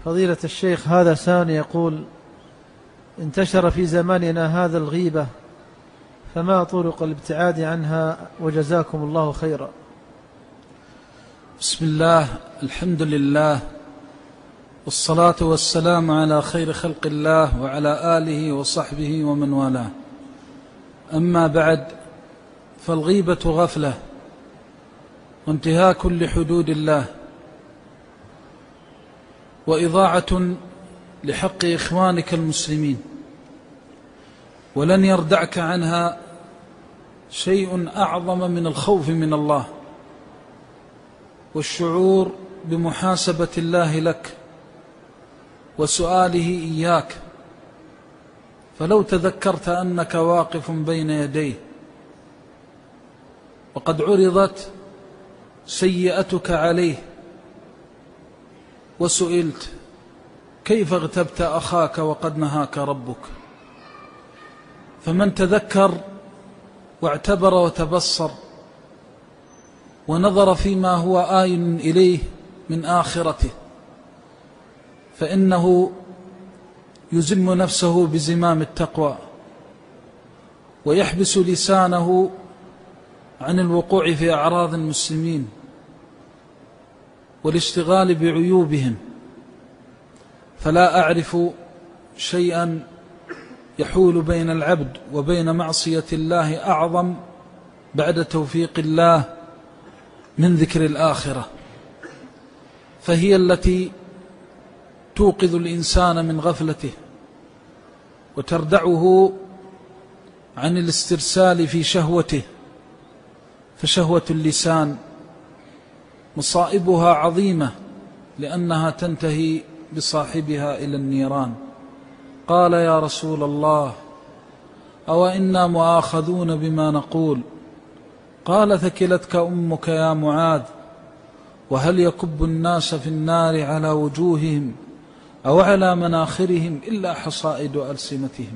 فضيلة الشيخ، هذا سائل يقول: انتشر في زماننا هذا الغيبة، فما طرق الابتعاد عنها؟ وجزاكم الله خيرا. بسم الله، الحمد لله، والصلاة والسلام على خير خلق الله وعلى آله وصحبه ومن والاه. أما بعد، فالغيبة غفلة وانتهاك لحدود الله وإضاعة لحق إخوانك المسلمين، ولن يردعك عنها شيء أعظم من الخوف من الله والشعور بمحاسبة الله لك وسؤاله إياك. فلو تذكرت أنك واقف بين يديه وقد عرضت سيئتك عليه وسئلت كيف اغتبت أخاك وقد نهاك ربك، فمن تذكر واعتبر وتبصر ونظر فيما هو آين إليه من آخرته فإنه يزم نفسه بزمام التقوى ويحبس لسانه عن الوقوع في أعراض المسلمين والاشتغال بعيوبهم. فلا أعرف شيئا يحول بين العبد وبين معصية الله أعظم بعد توفيق الله من ذكر الآخرة، فهي التي توقظ الإنسان من غفلته وتردعه عن الاسترسال في شهوته. فشهوة اللسان مصائبها عظيمة لأنها تنتهي بصاحبها إلى النيران. قال: يا رسول الله، أو إنا مؤاخذون بما نقول؟ قال: ثكلتك أمك يا معاذ، وهل يكب الناس في النار على وجوههم أو على مناخرهم إلا حصائد ألسنتهم.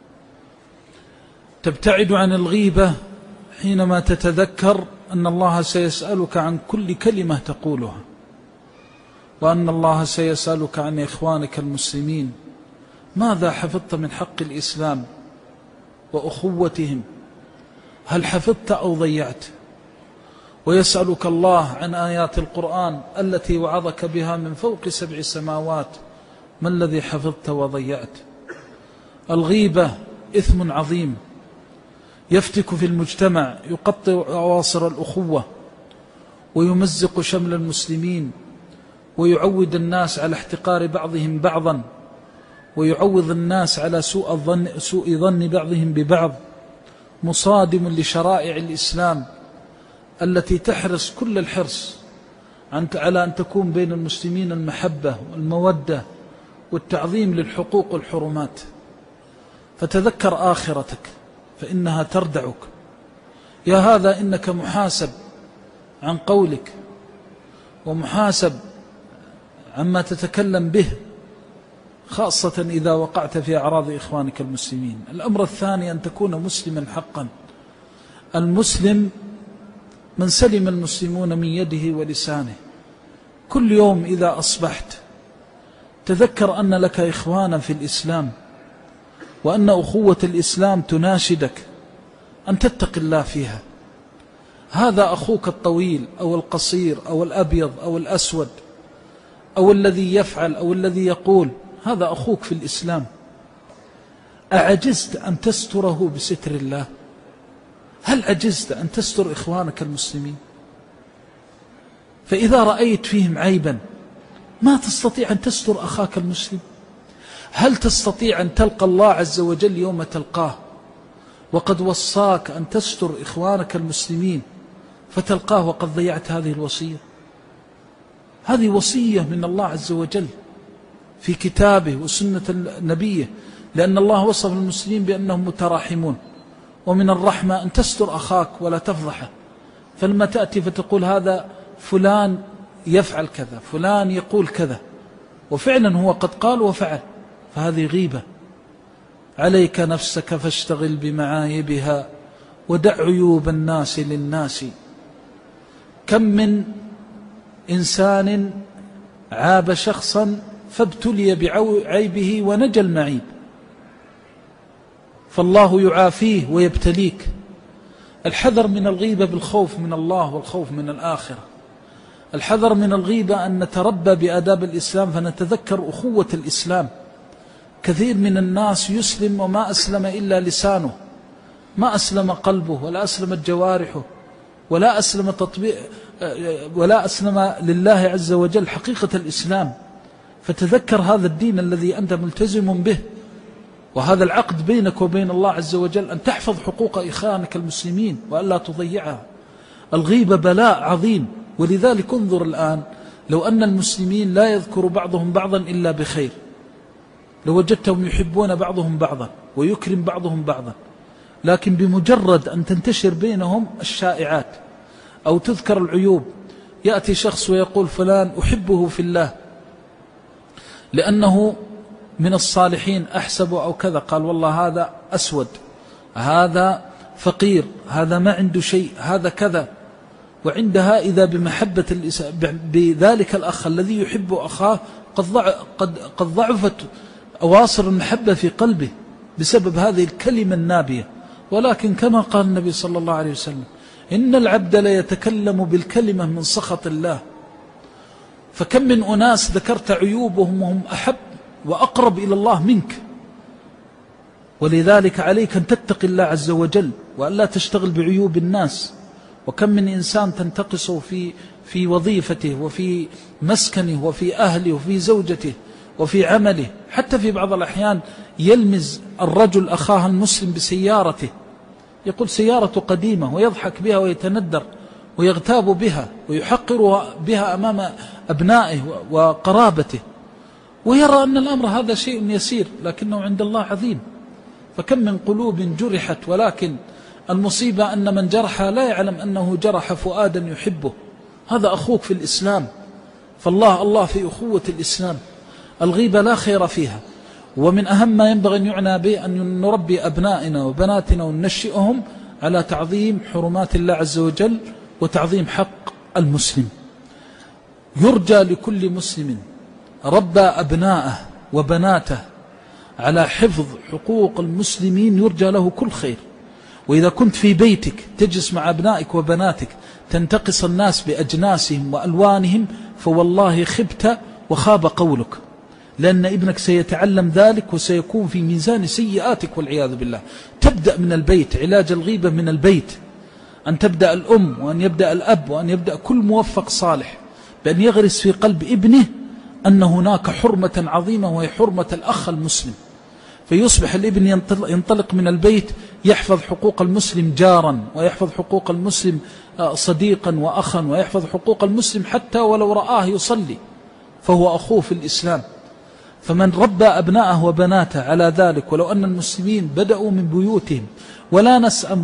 تبتعد عن الغيبة حينما تتذكر أن الله سيسألك عن كل كلمة تقولها، وأن الله سيسألك عن إخوانك المسلمين ماذا حفظت من حق الإسلام وأخوتهم، هل حفظت أو ضيعت؟ ويسألك الله عن آيات القرآن التي وعظك بها من فوق 7 سماوات، ما الذي حفظت وضيعت؟ الغيبة إثم عظيم يفتك في المجتمع، يقطع أواصر الأخوة ويمزق شمل المسلمين ويعود الناس على احتقار بعضهم بعضا، ويعوض الناس على سوء ظن بعضهم ببعض، مصادم لشرائع الإسلام التي تحرص كل الحرص على أن تكون بين المسلمين المحبة والمودة والتعظيم للحقوق والحرمات. فتذكر آخرتك فإنها تردعك. يا هذا إنك محاسب عن قولك ومحاسب عما تتكلم به، خاصة إذا وقعت في أعراض إخوانك المسلمين. الأمر الثاني أن تكون مسلما حقا. المسلم من سلم المسلمون من يده ولسانه. كل يوم إذا أصبحت تذكر أن لك إخوانا في الإسلام، وأن أخوة الإسلام تناشدك أن تتقي الله فيها. هذا أخوك الطويل أو القصير أو الأبيض أو الأسود أو الذي يفعل أو الذي يقول، هذا أخوك في الإسلام. أعجزت أن تستره بستر الله؟ هل عجزت أن تستر إخوانك المسلمين؟ فإذا رأيت فيهم عيبا ما تستطيع أن تستر أخاك المسلم؟ هل تستطيع أن تلقى الله عز وجل يوم تلقاه وقد وصاك أن تستر إخوانك المسلمين فتلقاه وقد ضيعت هذه الوصية؟ هذه وصية من الله عز وجل في كتابه وسنة نبيه، لأن الله وصف المسلمين بأنهم متراحمون، ومن الرحمة أن تستر أخاك ولا تفضحه. فلما تأتي فتقول هذا فلان يفعل كذا، فلان يقول كذا، وفعلا هو قد قال وفعل، فهذه غيبة. عليك نفسك فاشتغل بمعايبها ودع عيوب الناس للناس. كم من إنسان عاب شخصا فابتلي بعيبه ونجى المعيب. فالله يعافيه ويبتليك. الحذر من الغيبة بالخوف من الله والخوف من الآخرة. الحذر من الغيبة أن نتربى بآداب الإسلام فنتذكر أخوة الإسلام. كثير من الناس يسلم وما أسلم إلا لسانه، ما أسلم قلبه ولا أسلمت جوارحه ولا أسلم لله عز وجل حقيقة الإسلام. فتذكر هذا الدين الذي أنت ملتزم به، وهذا العقد بينك وبين الله عز وجل، أن تحفظ حقوق إخوانك المسلمين وألا تضيعها. الغيبة بلاء عظيم. ولذلك انظر الآن، لو أن المسلمين لا يذكر بعضهم بعضا إلا بخير، لو وجدتهم يحبون بعضهم بعضا ويكرم بعضهم بعضا، لكن بمجرد أن تنتشر بينهم الشائعات أو تذكر العيوب، يأتي شخص ويقول فلان أحبه في الله لأنه من الصالحين أحسبه أو كذا، قال والله هذا أسود، هذا فقير، هذا ما عنده شيء، هذا كذا. وعندها إذا بذلك الأخ الذي يحب أخاه قد ضعفت أواصر المحبة في قلبه بسبب هذه الكلمة النابية. ولكن كما قال النبي صلى الله عليه وسلم: إن العبد لا يتكلم بالكلمة من سخط الله. فكم من أناس ذكرت عيوبهم وهم أحب وأقرب إلى الله منك. ولذلك عليك أن تتقي الله عز وجل وأن لا تشتغل بعيوب الناس. وكم من إنسان تنتقصه في وظيفته وفي مسكنه وفي أهله وفي زوجته وفي عمله. حتى في بعض الأحيان يلمز الرجل أخاه المسلم بسيارته، يقول سيارته قديمة، ويضحك بها ويتندر ويغتاب بها ويحقر بها أمام أبنائه وقرابته، ويرى أن الأمر هذا شيء يسير، لكنه عند الله عظيم. فكم من قلوب جرحت، ولكن المصيبة أن من جرح لا يعلم أنه جرح فؤادا يحبه. هذا أخوك في الإسلام. الله في أخوة الإسلام. الغيبة لا خير فيها. ومن أهم ما ينبغي أن يعنى به أن نربي أبنائنا وبناتنا وننشئهم على تعظيم حرمات الله عز وجل وتعظيم حق المسلم. يرجى لكل مسلم ربى أبناءه وبناته على حفظ حقوق المسلمين يرجى له كل خير. وإذا كنت في بيتك تجلس مع أبنائك وبناتك تنتقص الناس بأجناسهم وألوانهم، فوالله خبت وخاب قولك، لأن ابنك سيتعلم ذلك وسيكون في ميزان سيئاتك والعياذ بالله. تبدأ من البيت، علاج الغيبة من البيت، أن تبدأ الأم وأن يبدأ الأب وأن يبدأ كل موفق صالح بأن يغرس في قلب ابنه أن هناك حرمة عظيمة وهي حرمة الأخ المسلم. فيصبح الابن ينطلق من البيت يحفظ حقوق المسلم جارا، ويحفظ حقوق المسلم صديقا وأخا، ويحفظ حقوق المسلم حتى ولو رآه يصلي فهو أخوه في الإسلام. فمن ربى أبناءه وبناته على ذلك، ولو أن المسلمين بدأوا من بيوتهم ولا نسأم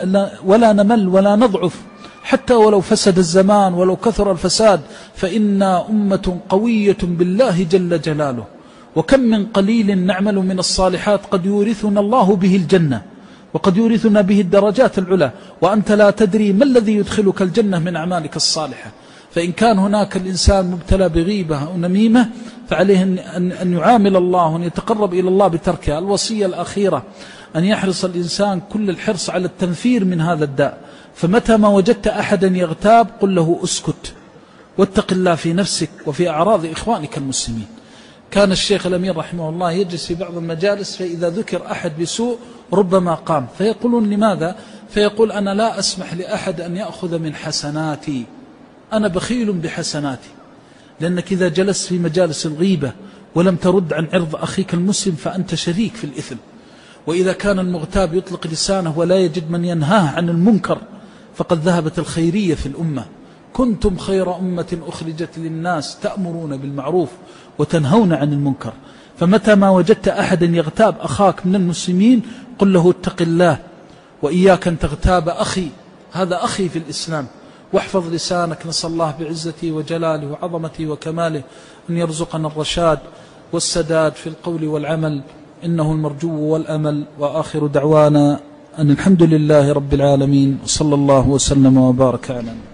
ولا نمل ولا نضعف، حتى ولو فسد الزمان ولو كثر الفساد، فإنا أمة قوية بالله جل جلاله. وكم من قليل نعمل من الصالحات قد يورثنا الله به الجنة، وقد يورثنا به الدرجات العلى، وأنت لا تدري ما الذي يدخلك الجنة من أعمالك الصالحة. فإن كان هناك الإنسان مبتلى بغيبة أو نميمة فعليه أن يعامل الله وأن يتقرب إلى الله بتركها. الوصية الأخيرة أن يحرص الإنسان كل الحرص على التنفير من هذا الداء. فمتى ما وجدت أحدا يغتاب قل له أسكت واتق الله في نفسك وفي أعراض إخوانك المسلمين. كان الشيخ الأمير رحمه الله يجلس في بعض المجالس، فإذا ذكر أحد بسوء ربما قام، فيقولون لماذا؟ فيقول أنا لا أسمح لأحد أن يأخذ من حسناتي، أنا بخيل بحسناتي. لأنك إذا جلست في مجالس الغيبة ولم ترد عن عرض أخيك المسلم فأنت شريك في الإثم. وإذا كان المغتاب يطلق لسانه ولا يجد من ينهاه عن المنكر فقد ذهبت الخيرية في الأمة. كنتم خير أمة أخرجت للناس تأمرون بالمعروف وتنهون عن المنكر. فمتى ما وجدت أحدا يغتاب أخاك من المسلمين قل له اتق الله وإياك أن تغتاب أخي، هذا أخي في الإسلام. واحفظ لسانك. نسأل الله بعزته وجلاله وعظمته وكماله أن يرزقنا الرشاد والسداد في القول والعمل، إنه المرجو والأمل. وآخر دعوانا أن الحمد لله رب العالمين، وصلى الله وسلم وبارك على